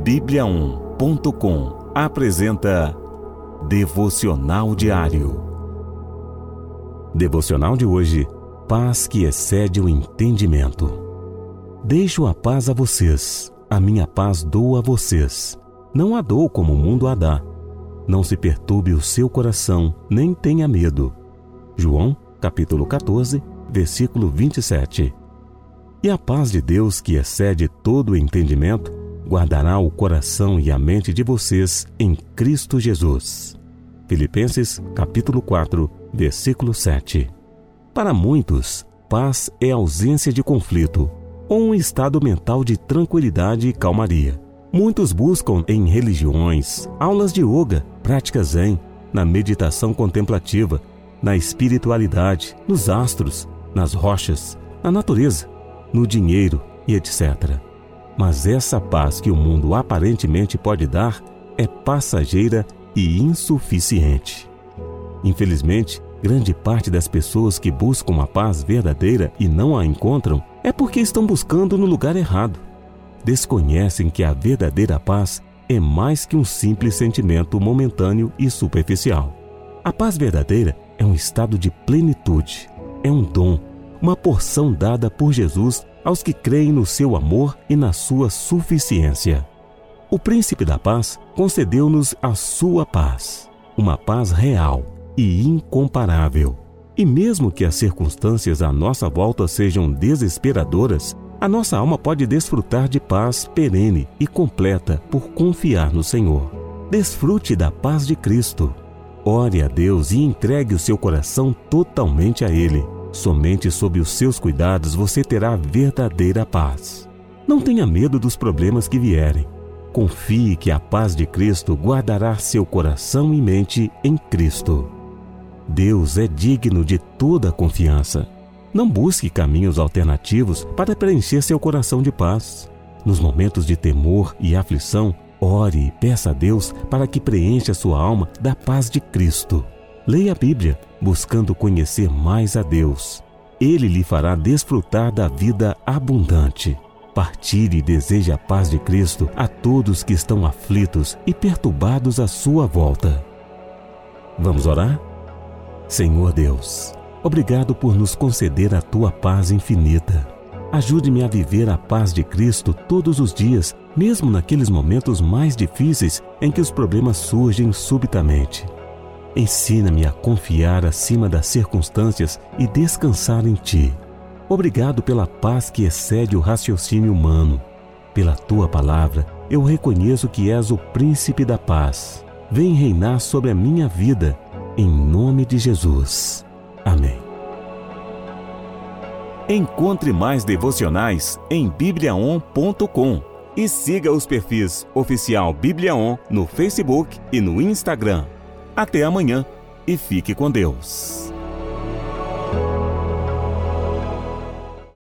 Bíblia1.com apresenta Devocional Diário. Devocional de hoje: Paz que excede o entendimento. Deixo a paz a vocês, a minha paz dou a vocês. Não a dou como o mundo a dá. Não se perturbe o seu coração, nem tenha medo. João, capítulo 14, versículo 27. E a paz de Deus, que excede todo o entendimento, guardará o coração e a mente de vocês em Cristo Jesus. Filipenses, capítulo 4, versículo 7. Para muitos, paz é ausência de conflito, ou um estado mental de tranquilidade e calmaria. Muitos buscam em religiões, aulas de yoga, práticas zen, na meditação contemplativa, na espiritualidade, nos astros, nas rochas, na natureza, no dinheiro e etc. Mas essa paz que o mundo aparentemente pode dar é passageira e insuficiente. Infelizmente, grande parte das pessoas que buscam a paz verdadeira e não a encontram é porque estão buscando no lugar errado. Desconhecem que a verdadeira paz é mais que um simples sentimento momentâneo e superficial. A paz verdadeira é um estado de plenitude, é um dom, uma porção dada por Jesus aos que creem no seu amor e na sua suficiência. O Príncipe da Paz concedeu-nos a sua paz, uma paz real e incomparável. E mesmo que as circunstâncias à nossa volta sejam desesperadoras, a nossa alma pode desfrutar de paz perene e completa por confiar no Senhor. Desfrute da paz de Cristo. Ore a Deus e entregue o seu coração totalmente a Ele. Somente sob os seus cuidados você terá verdadeira paz. Não tenha medo dos problemas que vierem. Confie que a paz de Cristo guardará seu coração e mente em Cristo. Deus é digno de toda confiança. Não busque caminhos alternativos para preencher seu coração de paz. Nos momentos de temor e aflição, ore e peça a Deus para que preencha sua alma da paz de Cristo. Leia a Bíblia, buscando conhecer mais a Deus. Ele lhe fará desfrutar da vida abundante. Partilhe e deseje a paz de Cristo a todos que estão aflitos e perturbados à sua volta. Vamos orar? Senhor Deus, obrigado por nos conceder a tua paz infinita. Ajude-me a viver a paz de Cristo todos os dias, mesmo naqueles momentos mais difíceis em que os problemas surgem subitamente. Ensina-me a confiar acima das circunstâncias e descansar em Ti. Obrigado pela paz que excede o raciocínio humano. Pela Tua palavra, eu reconheço que és o Príncipe da Paz. Vem reinar sobre a minha vida, em nome de Jesus. Amém. Encontre mais devocionais em Bíblia1.com e siga os perfis Oficial Bíblia1 no Facebook e no Instagram. Até amanhã e fique com Deus.